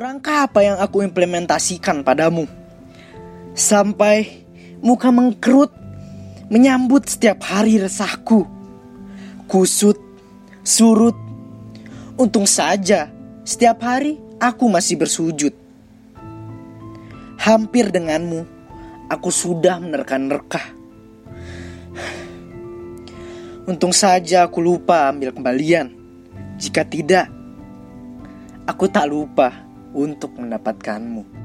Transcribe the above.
Kurangkah apa yang aku implementasikan padamu? Sampai muka mengkerut menyambut setiap hari resahku. Kusut, surut. Untung saja setiap hari aku masih bersujud. Hampir denganmu aku sudah menerka-nerka. Untung saja aku lupa ambil kembalian. Jika tidak, aku tak lupa untuk mendapatkanmu.